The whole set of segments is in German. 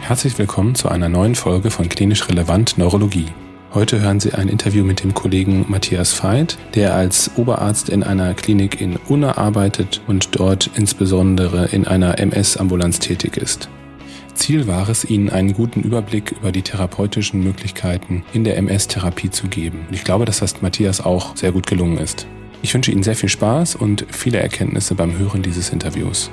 Herzlich willkommen zu einer neuen Folge von Klinisch Relevant Neurologie. Heute hören Sie ein Interview mit dem Kollegen Matthias Veit, der als Oberarzt in einer Klinik in Unna arbeitet und dort insbesondere in einer MS-Ambulanz tätig ist. Ziel war es, Ihnen einen guten Überblick über die therapeutischen Möglichkeiten in der MS-Therapie zu geben. Und ich glaube, dass das Matthias auch sehr gut gelungen ist. Ich wünsche Ihnen sehr viel Spaß und viele Erkenntnisse beim Hören dieses Interviews.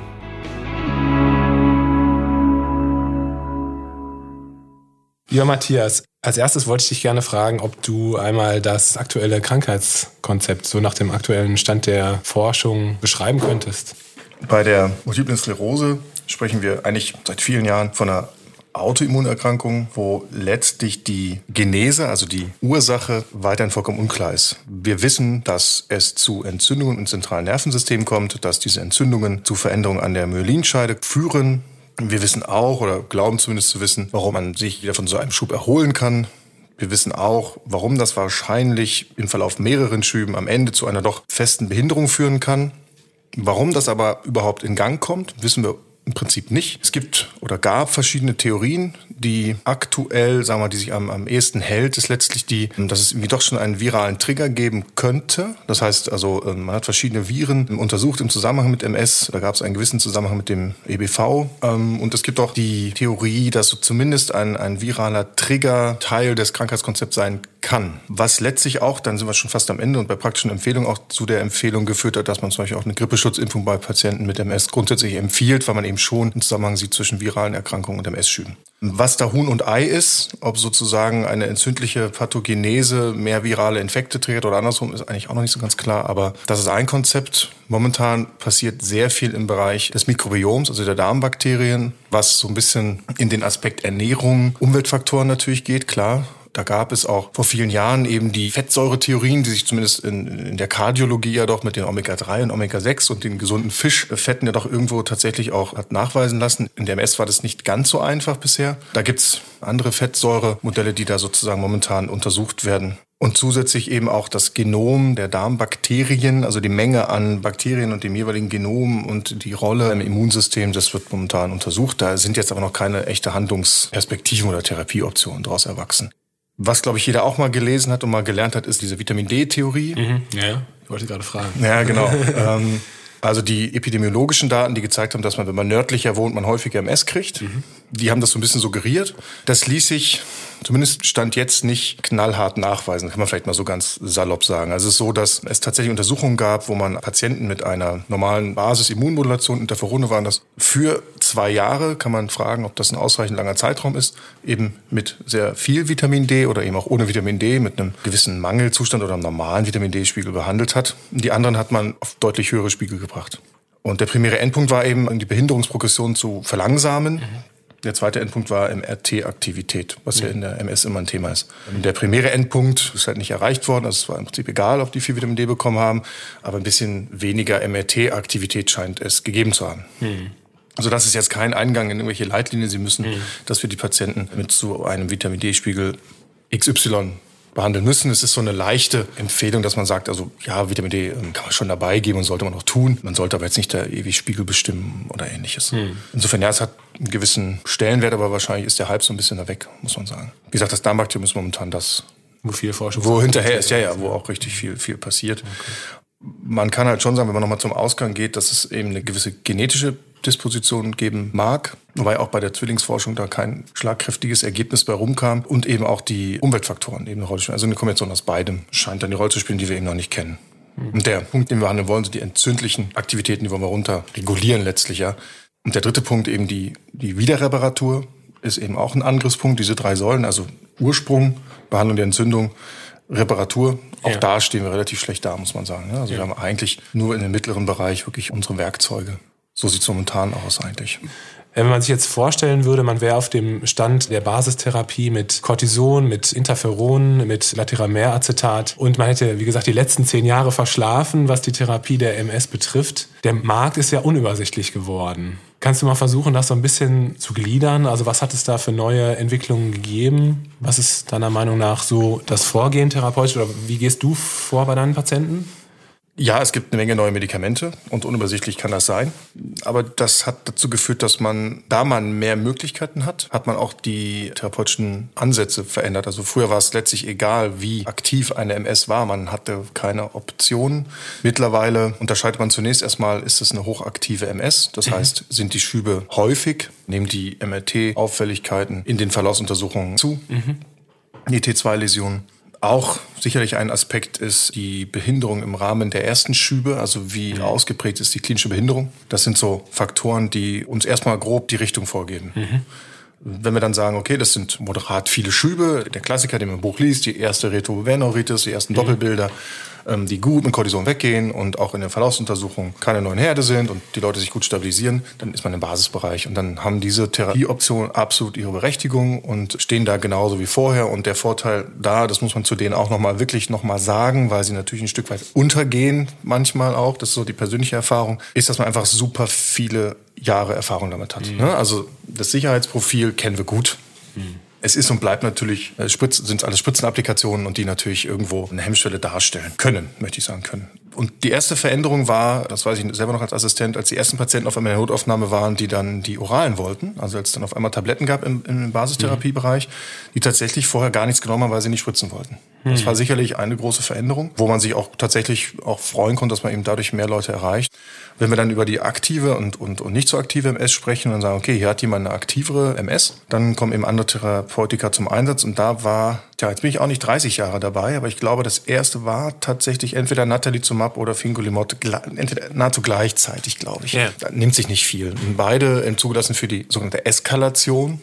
Lieber Matthias, als erstes wollte ich dich gerne fragen, ob du einmal das aktuelle Krankheitskonzept so nach dem aktuellen Stand der Forschung beschreiben könntest. Bei der Multiplen Sklerose sprechen wir eigentlich seit vielen Jahren von einer Autoimmunerkrankung, wo letztlich die Genese, also die Ursache, weiterhin vollkommen unklar ist. Wir wissen, dass es zu Entzündungen im zentralen Nervensystem kommt, dass diese Entzündungen zu Veränderungen an der Myelinscheide führen. Wir wissen auch, oder glauben zumindest zu wissen, warum man sich wieder von so einem Schub erholen kann. Wir wissen auch, warum das wahrscheinlich im Verlauf mehreren Schüben am Ende zu einer doch festen Behinderung führen kann. Warum das aber überhaupt in Gang kommt, wissen wir im Prinzip nicht. Es gibt oder gab verschiedene Theorien, die aktuell, sagen wir, die sich am ehesten hält, ist letztlich die, dass es irgendwie doch schon einen viralen Trigger geben könnte. Das heißt also, man hat verschiedene Viren untersucht im Zusammenhang mit MS. Da gab es einen gewissen Zusammenhang mit dem EBV. Und es gibt auch die Theorie, dass so zumindest ein viraler Trigger Teil des Krankheitskonzepts sein kann. Was letztlich auch, dann sind wir schon fast am Ende und bei praktischen Empfehlungen auch zu der Empfehlung geführt hat, dass man zum Beispiel auch eine Grippeschutzimpfung bei Patienten mit MS grundsätzlich empfiehlt, weil man eben schon einen Zusammenhang sieht zwischen viralen Erkrankungen und MS-Schüben. Was da Huhn und Ei ist, ob sozusagen eine entzündliche Pathogenese mehr virale Infekte trägt oder andersrum, ist eigentlich auch noch nicht so ganz klar. Aber das ist ein Konzept. Momentan passiert sehr viel im Bereich des Mikrobioms, also der Darmbakterien, was so ein bisschen in den Aspekt Ernährung, Umweltfaktoren natürlich geht, klar. Da gab es auch vor vielen Jahren eben die Fettsäuretheorien, die sich zumindest in der Kardiologie ja doch mit den Omega-3 und Omega-6 und den gesunden Fischfetten ja doch irgendwo tatsächlich auch hat nachweisen lassen. In der MS war das nicht ganz so einfach bisher. Da gibt's andere Fettsäuremodelle, die da sozusagen momentan untersucht werden. Und zusätzlich eben auch das Genom der Darmbakterien, also die Menge an Bakterien und dem jeweiligen Genom und die Rolle im Immunsystem, das wird momentan untersucht. Da sind jetzt aber noch keine echte Handlungsperspektiven oder Therapieoptionen daraus erwachsen. Was, glaube ich, jeder auch mal gelesen hat und mal gelernt hat, ist diese Vitamin-D-Theorie. Ja, ich wollte gerade fragen. Ja, genau. Also die epidemiologischen Daten, die gezeigt haben, dass man, wenn man nördlicher wohnt, man häufiger MS kriegt, die haben das so ein bisschen suggeriert. Das ließ sich, zumindest Stand jetzt, nicht knallhart nachweisen. Kann man vielleicht mal so ganz salopp sagen. Also es ist so, dass es tatsächlich Untersuchungen gab, wo man Patienten mit einer normalen Basis-Immunmodulation, Interferone waren das, für 2 Jahre, kann man fragen, ob das ein ausreichend langer Zeitraum ist, eben mit sehr viel Vitamin D oder eben auch ohne Vitamin D, mit einem gewissen Mangelzustand oder einem normalen Vitamin D-Spiegel behandelt hat. Die anderen hat man auf deutlich höhere Spiegel gebracht. Und der primäre Endpunkt war eben, die Behinderungsprogression zu verlangsamen. Der zweite Endpunkt war MRT-Aktivität, was ja in der MS immer ein Thema ist. Der primäre Endpunkt ist halt nicht erreicht worden. Also es war im Prinzip egal, ob die viel Vitamin D bekommen haben. Aber ein bisschen weniger MRT-Aktivität scheint es gegeben zu haben. Also das ist jetzt kein Eingang in irgendwelche Leitlinien. Sie müssen, dass wir die Patienten mit so einem Vitamin D-Spiegel XY behandeln müssen. Es ist so eine leichte Empfehlung, dass man sagt, also ja, Vitamin D kann man schon dabei geben und sollte man auch tun. Man sollte aber jetzt nicht der ewig Spiegel bestimmen oder ähnliches. Insofern, ja, es hat einen gewissen Stellenwert, aber wahrscheinlich ist der Hype so ein bisschen da weg, muss man sagen. Wie gesagt, das Darmbakterium ist momentan das, wo viel Forschung wo hinterher ist, wo auch richtig viel passiert. Okay. Man kann halt schon sagen, wenn man nochmal zum Ausgang geht, dass es eben eine gewisse genetische Disposition geben mag, wobei auch bei der Zwillingsforschung da kein schlagkräftiges Ergebnis bei rumkam und eben auch die Umweltfaktoren eben eine Rolle spielen. Also eine Kombination aus beidem scheint dann die Rolle zu spielen, die wir eben noch nicht kennen. Und der Punkt, den wir behandeln wollen, sind die entzündlichen Aktivitäten, die wollen wir runter regulieren letztlich, ja. Und der dritte Punkt eben die Wiederreparatur ist eben auch ein Angriffspunkt, diese 3 Säulen, also Ursprung, Behandlung der Entzündung, Reparatur, auch da stehen wir relativ schlecht da, muss man sagen. Also wir haben eigentlich nur in dem mittleren Bereich wirklich unsere Werkzeuge. So sieht es momentan aus eigentlich. Wenn man sich jetzt vorstellen würde, man wäre auf dem Stand der Basistherapie mit Cortison, mit Interferon, mit Latiramer-Acetat und man hätte, wie gesagt, die letzten 10 Jahre verschlafen, was die Therapie der MS betrifft. Der Markt ist ja unübersichtlich geworden. Kannst du mal versuchen, das so ein bisschen zu gliedern? Also was hat es da für neue Entwicklungen gegeben? Was ist deiner Meinung nach so das Vorgehen therapeutisch oder wie gehst du vor bei deinen Patienten? Ja, es gibt eine Menge neue Medikamente und unübersichtlich kann das sein. Aber das hat dazu geführt, dass da man mehr Möglichkeiten hat man auch die therapeutischen Ansätze verändert. Also früher war es letztlich egal, wie aktiv eine MS war. Man hatte keine Optionen. Mittlerweile unterscheidet man zunächst erstmal, ist es eine hochaktive MS? Das heißt, sind die Schübe häufig? Nehmen die MRT-Auffälligkeiten in den Verlaufsuntersuchungen zu? Die T2-Läsionen. Auch sicherlich ein Aspekt ist die Behinderung im Rahmen der ersten Schübe, also wie ausgeprägt ist die klinische Behinderung. Das sind so Faktoren, die uns erstmal grob die Richtung vorgeben. Wenn wir dann sagen, okay, das sind moderat viele Schübe, der Klassiker, den man im Buch liest, die erste Retroveneuritis, die ersten Doppelbilder, die gut mit Cortison weggehen und auch in den Verlaufsuntersuchungen keine neuen Herde sind und die Leute sich gut stabilisieren, dann ist man im Basisbereich. Und dann haben diese Therapieoptionen absolut ihre Berechtigung und stehen da genauso wie vorher. Und der Vorteil da, das muss man zu denen auch wirklich nochmal sagen, weil sie natürlich ein Stück weit untergehen manchmal auch, das ist so die persönliche Erfahrung, ist, dass man einfach super viele Jahre Erfahrung damit hat. Also das Sicherheitsprofil kennen wir gut. Es ist und bleibt natürlich, sind alles Spritzenapplikationen und die natürlich irgendwo eine Hemmschwelle darstellen können, möchte ich sagen können. Und die erste Veränderung war, das weiß ich selber noch als Assistent, als die ersten Patienten auf einmal in der Notaufnahme waren, die dann die oralen wollten, also als es dann auf einmal Tabletten gab im Basistherapiebereich, die tatsächlich vorher gar nichts genommen haben, weil sie nicht spritzen wollten. Das war sicherlich eine große Veränderung, wo man sich auch tatsächlich auch freuen konnte, dass man eben dadurch mehr Leute erreicht. Wenn wir dann über die aktive und nicht so aktive MS sprechen und sagen, okay, hier hat jemand eine aktivere MS, dann kommen eben andere Therapeutika zum Einsatz. Und da war, jetzt bin ich auch nicht 30 Jahre dabei, aber ich glaube, das erste war tatsächlich entweder Natalizumab oder Fingolimod, entweder nahezu gleichzeitig, glaube ich. Yeah. Da nimmt sich nicht viel. Und beide zugelassen für die sogenannte Eskalation.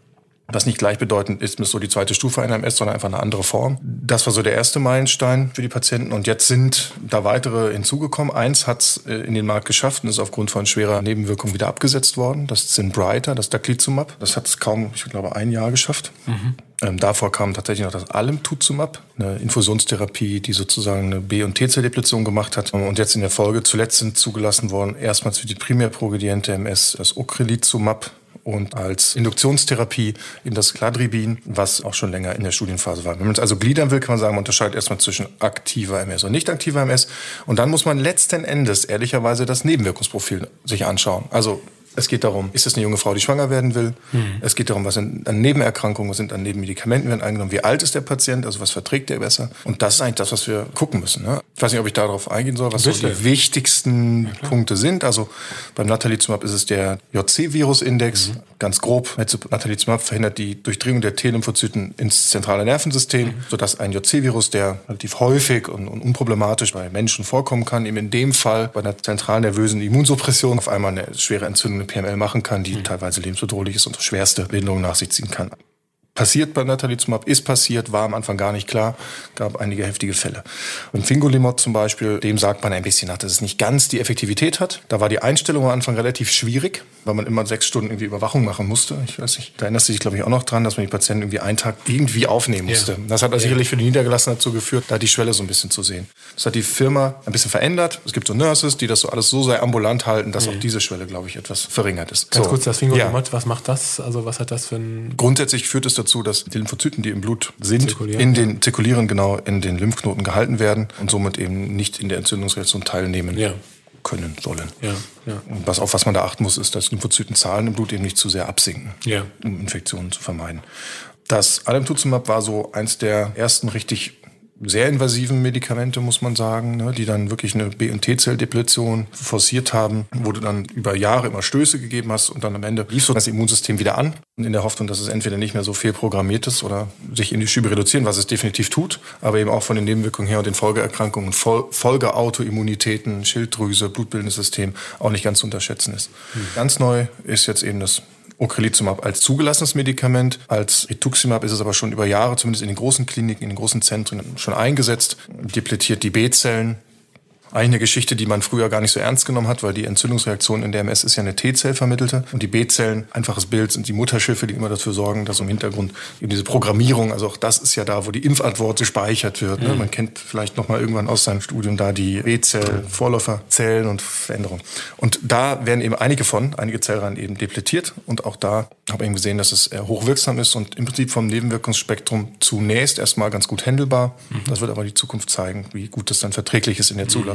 Was nicht gleichbedeutend ist mit so die zweite Stufe einer MS, sondern einfach eine andere Form. Das war so der erste Meilenstein für die Patienten. Und jetzt sind da weitere hinzugekommen. Eins hat es in den Markt geschafft und ist aufgrund von schwerer Nebenwirkung wieder abgesetzt worden. Das ist Zinbryta, das Daclizumab. Das hat es kaum, ich glaube, ein Jahr geschafft. Davor kam tatsächlich noch das Alemtuzumab, eine Infusionstherapie, die sozusagen eine B- und T-Zell-Depletion gemacht hat. Und jetzt in der Folge zuletzt sind zugelassen worden, erstmals für die primär progrediente MS, das Ocrelizumab. Und als Induktionstherapie in das Cladribin, was auch schon länger in der Studienphase war. Wenn man es also gliedern will, kann man sagen, man unterscheidet erstmal zwischen aktiver MS und nicht aktiver MS. Und dann muss man letzten Endes ehrlicherweise das Nebenwirkungsprofil sich anschauen. Also es geht darum, ist es eine junge Frau, die schwanger werden will? Es geht darum, was sind an Nebenerkrankungen, was sind an Nebenmedikamenten werden eingenommen, wie alt ist der Patient, also was verträgt der besser? Und das ist eigentlich das, was wir gucken müssen. Ne? Ich weiß nicht, ob ich darauf eingehen soll, was so die wichtigsten Punkte sind. Also beim Natalizumab ist es der JC-Virus-Index. Ganz grob, Natalizumab verhindert die Durchdringung der T-Lymphozyten ins zentrale Nervensystem, sodass ein JC-Virus, der relativ häufig und unproblematisch bei Menschen vorkommen kann, eben in dem Fall bei einer zentralnervösen Immunsuppression auf einmal eine schwere Entzündung, eine PML machen kann, die teilweise lebensbedrohlich ist und schwerste Behinderungen nach sich ziehen kann. Passiert bei Natalizumab, ist passiert, war am Anfang gar nicht klar, gab einige heftige Fälle. Und Fingolimod zum Beispiel, dem sagt man ein bisschen nach, dass es nicht ganz die Effektivität hat. Da war die Einstellung am Anfang relativ schwierig, weil man immer 6 Stunden irgendwie Überwachung machen musste. Ich weiß nicht, da erinnerst du dich, glaube ich, auch noch dran, dass man die Patienten irgendwie einen Tag irgendwie aufnehmen musste. Das hat sicherlich für die Niedergelassenen dazu geführt, da die Schwelle so ein bisschen zu sehen. Das hat die Firma ein bisschen verändert. Es gibt so Nurses, die das so alles so sehr ambulant halten, dass auch diese Schwelle, glaube ich, etwas verringert ist. Ganz kurz, das Fingolimod, was macht das? Also was hat das für ein... Grundsätzlich führt es dazu, dass die Lymphozyten, die im Blut sind, in den Lymphknoten gehalten werden und somit eben nicht in der Entzündungsreaktion teilnehmen können sollen. Und auf was man da achten muss, ist, dass Lymphozytenzahlen im Blut eben nicht zu sehr absinken, um Infektionen zu vermeiden. Das Alemtuzumab war so eins der ersten richtig sehr invasiven Medikamente, muss man sagen, ne, die dann wirklich eine B- und T-Zell-Depletion forciert haben, wo du dann über Jahre immer Stöße gegeben hast und dann am Ende lief so das Immunsystem wieder an, in der Hoffnung, dass es entweder nicht mehr so viel programmiert ist oder sich in die Schübe reduzieren, was es definitiv tut, aber eben auch von den Nebenwirkungen her und den Folgeerkrankungen, Folgeautoimmunitäten, Schilddrüse, blutbildendes System auch nicht ganz zu unterschätzen ist. Ganz neu ist jetzt eben das Ocrelizumab als zugelassenes Medikament. Als Rituximab ist es aber schon über Jahre, zumindest in den großen Kliniken, in den großen Zentren, schon eingesetzt. Depletiert die B-Zellen. Eigentlich eine Geschichte, die man früher gar nicht so ernst genommen hat, weil die Entzündungsreaktion in der MS ist ja eine T-Zell-vermittelte. Und die B-Zellen, einfaches Bild, sind die Mutterschiffe, die immer dafür sorgen, dass im Hintergrund eben diese Programmierung, also auch das ist ja da, wo die Impfantwort gespeichert wird. Ne? Man kennt vielleicht noch mal irgendwann aus seinem Studium da die B-Zell-Vorläuferzellen und Veränderungen. Und da werden eben einige Zellreihen eben depletiert. Und auch da habe ich eben gesehen, dass es hochwirksam ist und im Prinzip vom Nebenwirkungsspektrum zunächst erstmal ganz gut handelbar. Das wird aber die Zukunft zeigen, wie gut das dann verträglich ist in der Zulassung.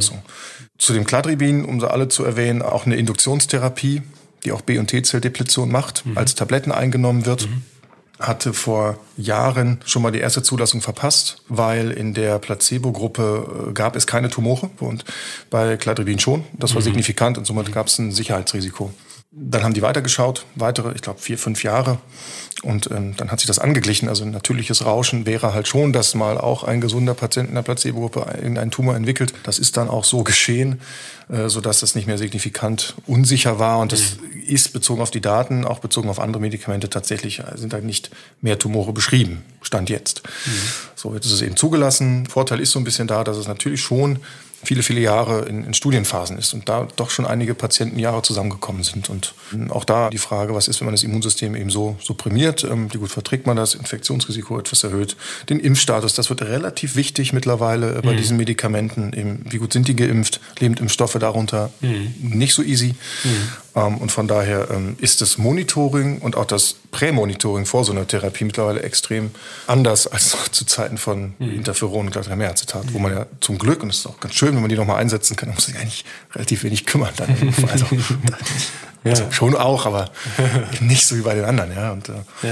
Zulassung. Zu dem Cladribin, um sie alle zu erwähnen, auch eine Induktionstherapie, die auch B- und T-Zelldepletion macht, als Tabletten eingenommen wird. Hatte vor Jahren schon mal die erste Zulassung verpasst, weil in der Placebo-Gruppe gab es keine Tumore und bei Cladribin schon. Das war signifikant und somit gab es ein Sicherheitsrisiko. Dann haben die weitergeschaut, ich glaube 4-5 Jahre. Und dann hat sich das angeglichen. Also ein natürliches Rauschen wäre halt schon, dass mal auch ein gesunder Patient in der Placebo-Gruppe irgendeinen Tumor entwickelt. Das ist dann auch so geschehen, sodass das nicht mehr signifikant unsicher war. Und das ist bezogen auf die Daten, auch bezogen auf andere Medikamente tatsächlich, sind da nicht mehr Tumore beschrieben. Stand jetzt. So, jetzt ist es eben zugelassen. Vorteil ist so ein bisschen da, dass es natürlich schon viele Jahre in Studienphasen ist und da doch schon einige Patientenjahre zusammengekommen sind. Und auch da die Frage, was ist, wenn man das Immunsystem eben so supprimiert? Wie gut verträgt man das? Infektionsrisiko etwas erhöht. Den Impfstatus, das wird relativ wichtig mittlerweile bei diesen Medikamenten. Eben, wie gut sind die geimpft? Lebendimpfstoffe darunter nicht so easy. Und von daher ist das Monitoring und auch das Prämonitoring vor so einer Therapie mittlerweile extrem anders als noch zu Zeiten von Interferon und Glutamat-Acetat, wo man ja zum Glück, und das ist auch ganz schön, wenn man die nochmal einsetzen kann, muss sich eigentlich relativ wenig kümmern. Dann also schon auch, aber nicht so wie bei den anderen. Ja. Und,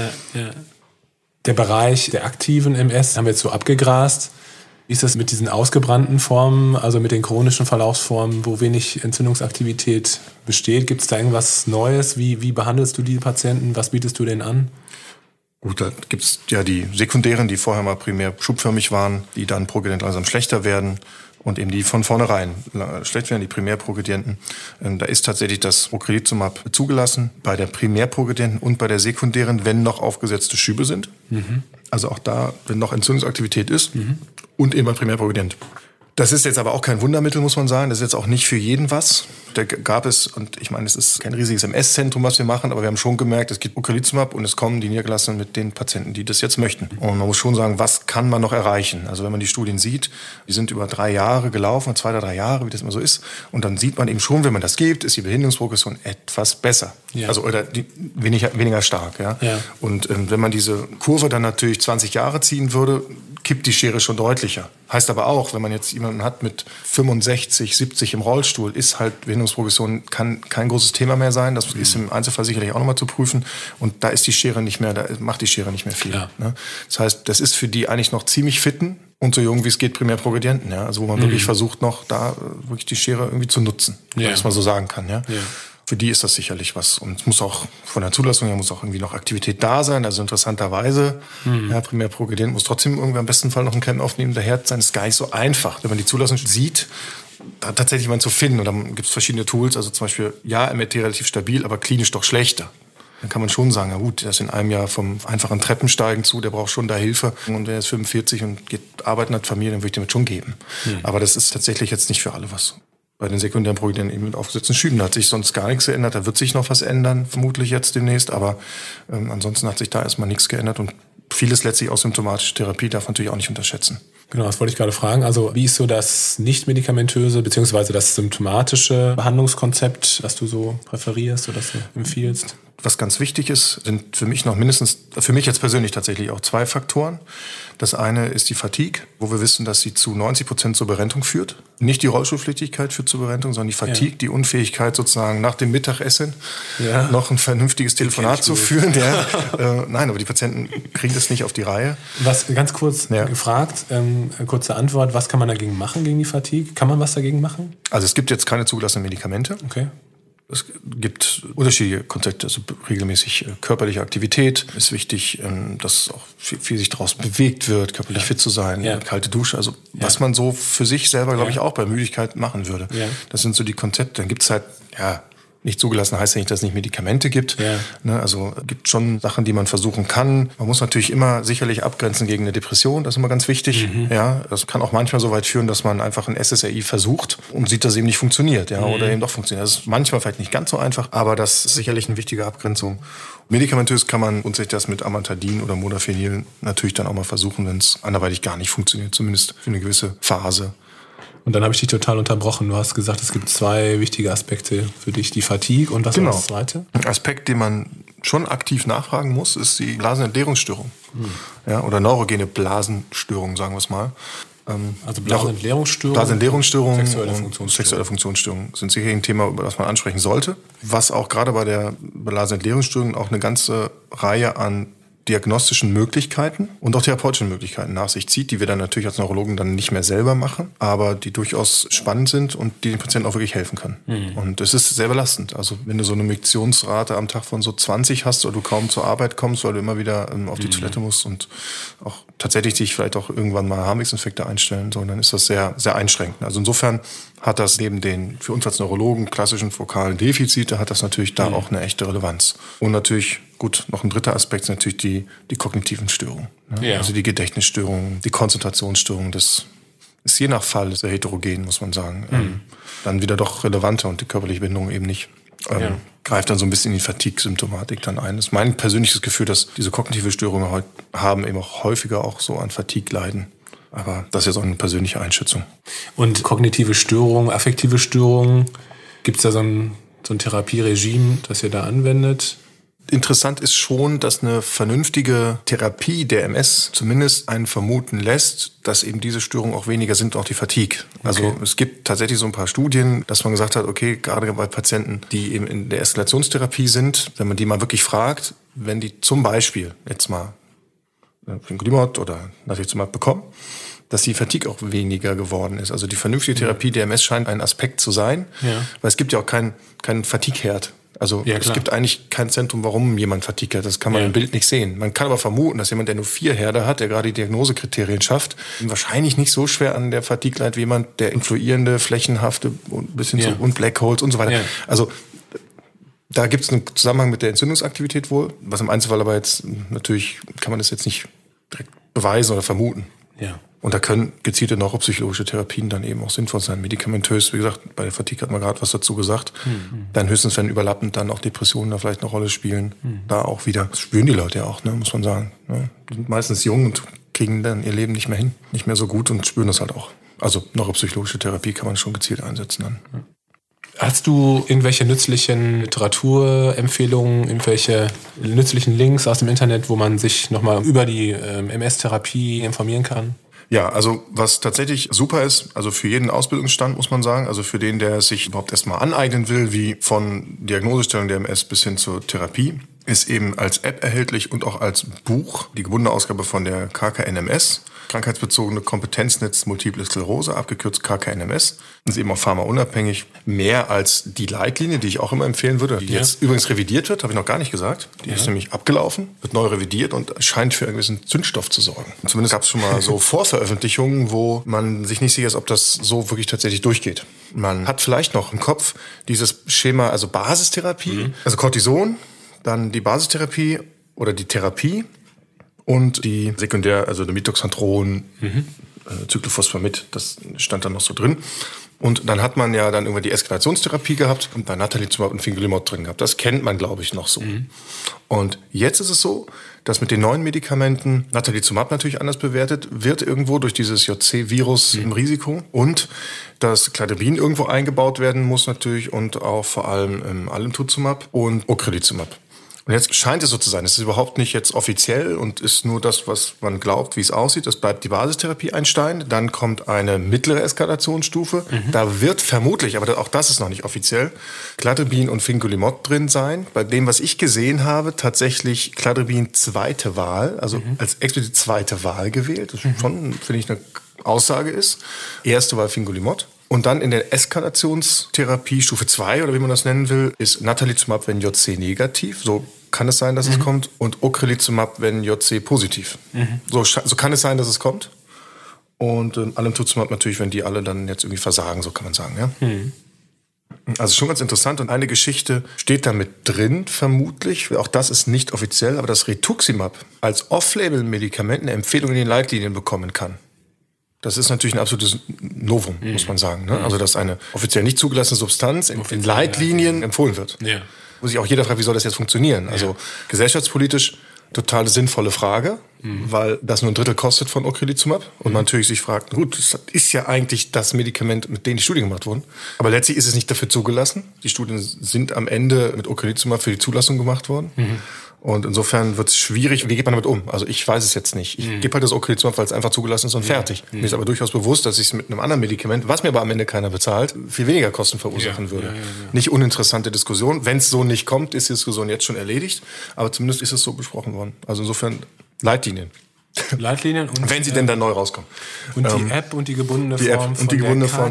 Der Bereich der aktiven MS haben wir jetzt so abgegrast. Wie ist das mit diesen ausgebrannten Formen, also mit den chronischen Verlaufsformen, wo wenig Entzündungsaktivität besteht? Gibt es da irgendwas Neues? Wie behandelst du die Patienten? Was bietest du denen an? Gut, da gibt es ja die sekundären, die vorher mal primär schubförmig waren, die dann progredient langsam schlechter werden. Und eben die von vornherein schlecht werden, die Primärprogredienten. Da ist tatsächlich das Ocrelizumab zugelassen bei der Primärprogredienten und bei der sekundären, wenn noch aufgesetzte Schübe sind. Also auch da, wenn noch Entzündungsaktivität ist und eben bei Primärprogredient. Das ist jetzt aber auch kein Wundermittel, muss man sagen. Das ist jetzt auch nicht für jeden was. Da gab es, und ich meine, es ist kein riesiges MS-Zentrum, was wir machen, aber wir haben schon gemerkt, es gibt Ocrelizumab und es kommen die Niedergelassenen mit den Patienten, die das jetzt möchten. Und man muss schon sagen, was kann man noch erreichen? Also wenn man die Studien sieht, die sind über 3 Jahre gelaufen, 2 oder 3 Jahre, wie das immer so ist. Und dann sieht man eben schon, wenn man das gibt, ist die Behinderungsprogression etwas besser. Ja. Also oder weniger stark. Ja? Ja. Und wenn man diese Kurve dann natürlich 20 Jahre ziehen würde, kippt die Schere schon deutlicher. Heißt aber auch, wenn man jetzt jemanden hat mit 65, 70 im Rollstuhl, ist halt Behinderungsprogression kann kein großes Thema mehr sein. Das ist im Einzelfall sicherlich auch nochmal zu prüfen. Und da ist die Schere nicht mehr, da macht die Schere nicht mehr viel. Ja. Ne? Das heißt, das ist für die eigentlich noch ziemlich fitten und so jung wie es geht Primärprogredienten. Ja? Also wo man wirklich versucht noch da wirklich die Schere irgendwie zu nutzen, wenn man das mal so sagen kann. Ja? Ja. Für die ist das sicherlich was. Und es muss auch von der Zulassung her muss auch irgendwie noch Aktivität da sein. Also interessanterweise, ja, Primärprogredient muss trotzdem irgendwie am besten Fall noch einen Klemm aufnehmen. Daher sein ist gar nicht so einfach. Wenn man die Zulassung sieht, da tatsächlich jemanden zu finden. Und dann gibt es verschiedene Tools. Also zum Beispiel, ja, MRT relativ stabil, aber klinisch doch schlechter. Dann kann man schon sagen, ja gut, der ist in einem Jahr vom einfachen Treppensteigen zu, der braucht schon da Hilfe. Und wer ist 45 und geht arbeiten, hat Familie, dann würde ich dem mit schon geben. Aber das ist tatsächlich jetzt nicht für alle was. Bei den sekundären Progredienten eben mit aufgesetzten Schüben. Da hat sich sonst gar nichts geändert. Da wird sich noch was ändern, vermutlich jetzt demnächst. Aber ansonsten hat sich da erstmal nichts geändert. Und vieles letztlich aus symptomatischer Therapie darf man natürlich auch nicht unterschätzen. Genau, das wollte ich gerade fragen. Also wie ist so das nicht-medikamentöse bzw. das symptomatische Behandlungskonzept, das du so präferierst oder das du empfiehlst? Was ganz wichtig ist, sind für mich für mich jetzt persönlich tatsächlich auch 2 Faktoren. Das eine ist die Fatigue, wo wir wissen, dass sie zu 90% zur Berentung führt. Nicht die Rollstuhlpflichtigkeit führt zur Berentung, sondern die Fatigue, die Unfähigkeit sozusagen nach dem Mittagessen noch ein vernünftiges Telefonat zu führen. Ja. Nein, aber die Patienten kriegen das nicht auf die Reihe. Was ganz kurz gefragt, kurze Antwort, was kann man dagegen machen, gegen die Fatigue? Kann man was dagegen machen? Also es gibt jetzt keine zugelassenen Medikamente. Okay. Es gibt unterschiedliche Konzepte, also regelmäßig körperliche Aktivität ist wichtig, dass auch viel sich daraus bewegt wird, körperlich fit zu sein, kalte Dusche, also was man so für sich selber, glaube ich, auch bei Müdigkeit machen würde. Ja. Das sind so die Konzepte. Dann gibt's halt, nicht zugelassen heißt ja nicht, dass es nicht Medikamente gibt. Ja. Ne, also gibt schon Sachen, die man versuchen kann. Man muss natürlich immer sicherlich abgrenzen gegen eine Depression, das ist immer ganz wichtig. Ja, das kann auch manchmal so weit führen, dass man einfach ein SSRI versucht und sieht, dass es eben nicht funktioniert, oder eben doch funktioniert. Das ist manchmal vielleicht nicht ganz so einfach, aber das ist sicherlich eine wichtige Abgrenzung. Medikamentös kann man grundsätzlich das mit Amantadin oder Modafinil natürlich dann auch mal versuchen, wenn es anderweitig gar nicht funktioniert, zumindest für eine gewisse Phase. Und dann habe ich dich total unterbrochen. Du hast gesagt, es gibt 2 wichtige Aspekte für dich. Die Fatigue und was war das zweite? Ein Aspekt, den man schon aktiv nachfragen muss, ist die Blasenentleerungsstörung. Ja, oder neurogene Blasenstörung, sagen wir es mal. Also Blasenentleerungsstörungen, sexuelle Funktionsstörungen sind sicher ein Thema, über das man ansprechen sollte. Was auch gerade bei der Blasenentleerungsstörung auch eine ganze Reihe an diagnostischen Möglichkeiten und auch therapeutischen Möglichkeiten nach sich zieht, die wir dann natürlich als Neurologen dann nicht mehr selber machen, aber die durchaus spannend sind und die den Patienten auch wirklich helfen können. Und es ist sehr belastend. Also wenn du so eine Miktionsrate am Tag von so 20 hast oder du kaum zur Arbeit kommst, weil du immer wieder auf die Toilette musst und auch tatsächlich dich vielleicht auch irgendwann mal Harnwegsinfekte einstellen, so, dann ist das sehr, sehr einschränkend. Also insofern hat das neben den für uns als Neurologen klassischen fokalen Defizite, hat das natürlich da auch eine echte Relevanz. Und natürlich, gut, noch ein dritter Aspekt sind natürlich die kognitiven Störungen. Ne? Ja. Also die Gedächtnisstörungen, die Konzentrationsstörungen, das ist je nach Fall sehr heterogen, muss man sagen. Dann wieder doch relevanter und die körperliche Behinderung eben nicht. Greift dann so ein bisschen in die Fatigue-Symptomatik dann ein. Das ist mein persönliches Gefühl, dass diese kognitive Störungen heute haben eben auch häufiger auch so an Fatigue leiden. Aber das ist jetzt auch eine persönliche Einschätzung. Und kognitive Störungen, affektive Störungen, gibt es da so ein Therapieregime, das ihr da anwendet? Interessant ist schon, dass eine vernünftige Therapie der MS zumindest einen vermuten lässt, dass eben diese Störungen auch weniger sind, auch die Fatigue. Also es gibt tatsächlich so ein paar Studien, dass man gesagt hat, okay, gerade bei Patienten, die eben in der Eskalationstherapie sind, wenn man die mal wirklich fragt, wenn die zum Beispiel jetzt mal Fingolimod oder Natalizumab bekommen, dass die Fatigue auch weniger geworden ist. Also die vernünftige Therapie der MS scheint ein Aspekt zu sein, weil es gibt ja auch keinen Fatigue-Herd. Also es gibt eigentlich kein Zentrum, warum jemand Fatigue hat. Das kann man im Bild nicht sehen. Man kann aber vermuten, dass jemand, der nur 4 Herde hat, der gerade die Diagnosekriterien schafft, wahrscheinlich nicht so schwer an der Fatigue leidet wie jemand, der influierende, flächenhafte und bis hin zu und Black Holes und so weiter. Also da gibt es einen Zusammenhang mit der Entzündungsaktivität wohl, was im Einzelfall aber jetzt natürlich kann man das jetzt nicht direkt beweisen oder vermuten. Ja. Und da können gezielte neuropsychologische Therapien dann eben auch sinnvoll sein. Medikamentös, wie gesagt, bei der Fatigue hat man gerade was dazu gesagt. Dann höchstens, wenn überlappend dann auch Depressionen da vielleicht eine Rolle spielen. Da auch wieder. Das spüren die Leute ja auch, ne, muss man sagen. Ne? Die sind meistens jung und kriegen dann ihr Leben nicht mehr hin. Nicht mehr so gut und spüren das halt auch. Also neuropsychologische Therapie kann man schon gezielt einsetzen dann. Hast du irgendwelche nützlichen Literaturempfehlungen, irgendwelche nützlichen Links aus dem Internet, wo man sich nochmal über die MS-Therapie informieren kann? Ja, also was tatsächlich super ist, also für jeden Ausbildungsstand muss man sagen, also für den, der sich überhaupt erstmal aneignen will, wie von Diagnosestellung der MS bis hin zur Therapie, ist eben als App erhältlich und auch als Buch die gebundene Ausgabe von der KKNMS, krankheitsbezogene Kompetenznetz Multiple Sklerose, abgekürzt KKNMS. Das ist eben auch pharmaunabhängig. Mehr als die Leitlinie, die ich auch immer empfehlen würde, die jetzt übrigens revidiert wird, habe ich noch gar nicht gesagt. Die ist nämlich abgelaufen, wird neu revidiert und scheint für einen gewissen Zündstoff zu sorgen. Und zumindest gab es schon mal so Vorveröffentlichungen, wo man sich nicht sicher ist, ob das so wirklich tatsächlich durchgeht. Man hat vielleicht noch im Kopf dieses Schema, also Basistherapie, also Cortison, dann die Basistherapie oder die Therapie und die Sekundär, also der Mitoxantron, Cyclophosphamid, das stand dann noch so drin. Und dann hat man ja dann irgendwann die Eskalationstherapie gehabt und bei Natalizumab und Fingolimod drin gehabt. Das kennt man, glaube ich, noch so. Und jetzt ist es so, dass mit den neuen Medikamenten Natalizumab natürlich anders bewertet wird, irgendwo durch dieses JC-Virus im Risiko. Und dass Cladribin irgendwo eingebaut werden muss natürlich und auch vor allem Alemtuzumab und Ocrelizumab. Und jetzt scheint es so zu sein, es ist überhaupt nicht jetzt offiziell und ist nur das, was man glaubt, wie es aussieht. Das bleibt die Basistherapie ein Stein. Dann kommt eine mittlere Eskalationsstufe. Da wird vermutlich, aber auch das ist noch nicht offiziell, Cladribin und Fingolimod drin sein. Bei dem, was ich gesehen habe, tatsächlich Cladribin zweite Wahl, also als explizit zweite Wahl gewählt. Das schon, finde ich, eine Aussage ist. Erste Wahl Fingolimod. Und dann in der Eskalationstherapie Stufe 2 oder wie man das nennen will, ist Natalizumab, wenn JC negativ. So kann es sein, dass es kommt. Und Ocrelizumab, wenn JC positiv. So kann es sein, dass es kommt. Und Alemtuzumab natürlich, wenn die alle dann jetzt irgendwie versagen, so kann man sagen. Ja? Also schon ganz interessant. Und eine Geschichte steht da mit drin, vermutlich. Auch das ist nicht offiziell, aber dass Rituximab als Off-Label-Medikament eine Empfehlung in den Leitlinien bekommen kann. Das ist natürlich ein absolutes Novum, muss man sagen. Ne? Also, dass eine offiziell nicht zugelassene Substanz in Leitlinien empfohlen wird. Ja. Wo sich auch jeder fragt, wie soll das jetzt funktionieren? Also, gesellschaftspolitisch total sinnvolle Frage, weil das nur ein Drittel kostet von Ocrelizumab. Und man natürlich sich fragt, gut, das ist ja eigentlich das Medikament, mit dem die Studien gemacht wurden. Aber letztlich ist es nicht dafür zugelassen. Die Studien sind am Ende mit Ocrelizumab für die Zulassung gemacht worden. Und insofern wird es schwierig. Wie geht man damit um? Also ich weiß es jetzt nicht. Ich gebe halt das Ocrelizumab, weil es einfach zugelassen ist und fertig. Mir ist aber durchaus bewusst, dass ich es mit einem anderen Medikament, was mir aber am Ende keiner bezahlt, viel weniger Kosten verursachen würde. Nicht uninteressante Diskussion. Wenn es so nicht kommt, ist die Diskussion jetzt schon erledigt. Aber zumindest ist es so besprochen worden. Also insofern Leitlinien. Und wenn sie denn dann neu rauskommen. Und die App und die gebundene Form von der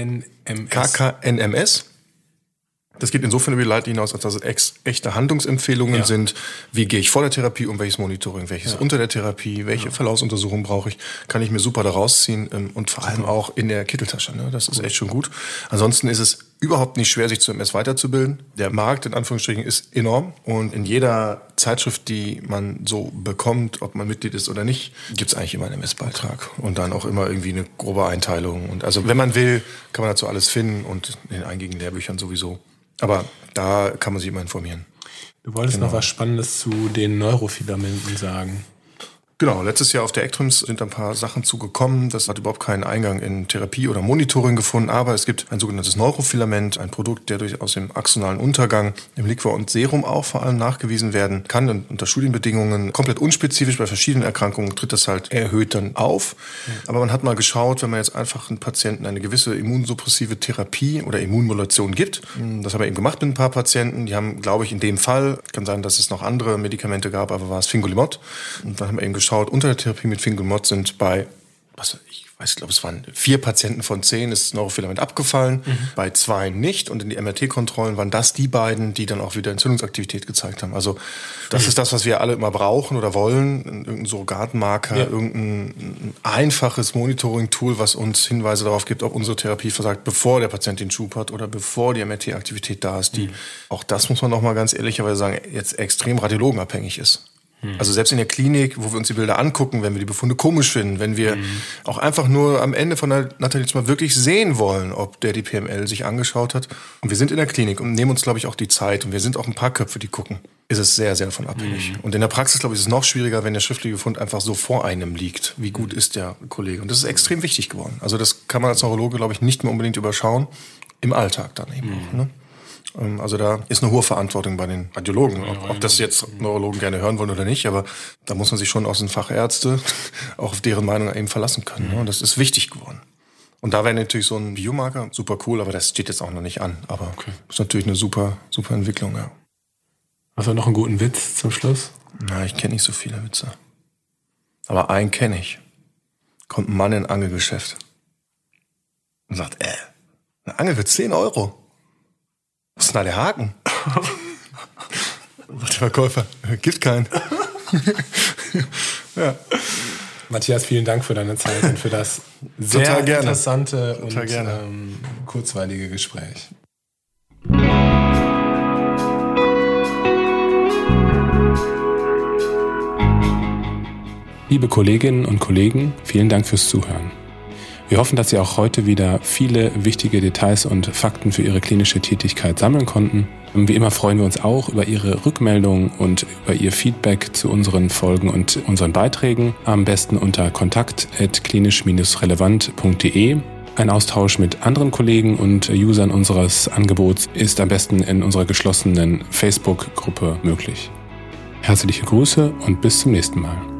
KKNMS. Das geht insofern über die Leitlinie aus, als dass es echte Handlungsempfehlungen sind. Wie gehe ich vor der Therapie um, welches Monitoring, welches unter der Therapie, welche Verlaufsuntersuchung brauche ich, kann ich mir super da rausziehen und vor allem auch in der Kitteltasche. Ne? Das ist echt schon gut. Ansonsten ist es überhaupt nicht schwer, sich zu MS weiterzubilden. Der Markt, in Anführungsstrichen, ist enorm und in jeder Zeitschrift, die man so bekommt, ob man Mitglied ist oder nicht, gibt es eigentlich immer einen MS-Beitrag und dann auch immer irgendwie eine grobe Einteilung. Und also wenn man will, kann man dazu alles finden und in den eingängigen Lehrbüchern sowieso. Aber da kann man sich immer informieren. Du wolltest noch was Spannendes zu den Neurofilamenten sagen. Genau, letztes Jahr auf der ECTRIMS sind ein paar Sachen zugekommen. Das hat überhaupt keinen Eingang in Therapie oder Monitoring gefunden, aber es gibt ein sogenanntes Neurofilament, ein Produkt, der durchaus im axonalen Untergang, im Liquor und Serum auch vor allem nachgewiesen werden kann. Und unter Studienbedingungen komplett unspezifisch, bei verschiedenen Erkrankungen tritt das halt erhöht dann auf. Aber man hat mal geschaut, wenn man jetzt einfach einen Patienten eine gewisse immunsuppressive Therapie oder Immunmodulation gibt. Das haben wir eben gemacht mit ein paar Patienten. Die haben, glaube ich, in dem Fall, kann sein, dass es noch andere Medikamente gab, aber war es Fingolimod. Und dann haben wir eben geschaut, unter der Therapie mit Fingolimod sind bei, ich glaube, es waren 4 Patienten von 10 ist das Neurofilament abgefallen, bei 2 nicht. Und in die MRT-Kontrollen waren das die beiden, die dann auch wieder Entzündungsaktivität gezeigt haben. Also das ist das, was wir alle immer brauchen oder wollen. Irgendein Surrogatmarker, irgendein einfaches Monitoring-Tool, was uns Hinweise darauf gibt, ob unsere Therapie versagt, bevor der Patient den Schub hat oder bevor die MRT-Aktivität da ist, die, auch das muss man noch mal ganz ehrlicherweise sagen, jetzt extrem radiologenabhängig ist. Also selbst in der Klinik, wo wir uns die Bilder angucken, wenn wir die Befunde komisch finden, wenn wir auch einfach nur am Ende von der Natalizumab wirklich sehen wollen, ob der die PML sich angeschaut hat. Und wir sind in der Klinik und nehmen uns, glaube ich, auch die Zeit. Und wir sind auch ein paar Köpfe, die gucken. Ist es sehr, sehr davon abhängig. Und in der Praxis, glaube ich, ist es noch schwieriger, wenn der schriftliche Befund einfach so vor einem liegt. Wie gut ist der Kollege? Und das ist extrem wichtig geworden. Also das kann man als Neurologe, glaube ich, nicht mehr unbedingt überschauen. Im Alltag dann eben auch, ne? Also da ist eine hohe Verantwortung bei den Radiologen, ob das jetzt Neurologen gerne hören wollen oder nicht, aber da muss man sich schon aus den Fachärzte auch auf deren Meinung eben verlassen können. Und das ist wichtig geworden. Und da wäre natürlich so ein Biomarker super cool, aber das steht jetzt auch noch nicht an. Aber das ist natürlich eine super, super Entwicklung, ja. Hast du noch einen guten Witz zum Schluss? Na, ich kenne nicht so viele Witze. Aber einen kenne ich. Kommt ein Mann in ein Angelgeschäft und sagt, eine Angel für 10 €. Was ist denn da der Haken? Der Verkäufer, gibt keinen. Ja. Matthias, vielen Dank für deine Zeit und für das sehr interessante und kurzweilige Gespräch. Liebe Kolleginnen und Kollegen, vielen Dank fürs Zuhören. Wir hoffen, dass Sie auch heute wieder viele wichtige Details und Fakten für Ihre klinische Tätigkeit sammeln konnten. Wie immer freuen wir uns auch über Ihre Rückmeldungen und über Ihr Feedback zu unseren Folgen und unseren Beiträgen. Am besten unter kontakt@klinisch-relevant.de. Ein Austausch mit anderen Kollegen und Usern unseres Angebots ist am besten in unserer geschlossenen Facebook-Gruppe möglich. Herzliche Grüße und bis zum nächsten Mal.